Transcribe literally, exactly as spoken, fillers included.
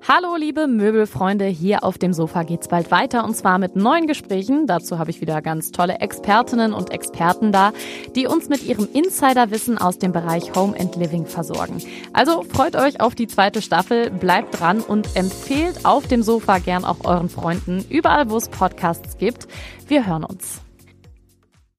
Hallo liebe Möbelfreunde, hier auf dem Sofa geht's bald weiter und zwar mit neuen Gesprächen. Dazu habe ich wieder ganz tolle Expertinnen und Experten da, die uns mit ihrem Insiderwissen aus dem Bereich Home and Living versorgen. Also freut euch auf die zweite Staffel, bleibt dran und empfehlt auf dem Sofa gern auch euren Freunden, überall wo es Podcasts gibt. Wir hören uns.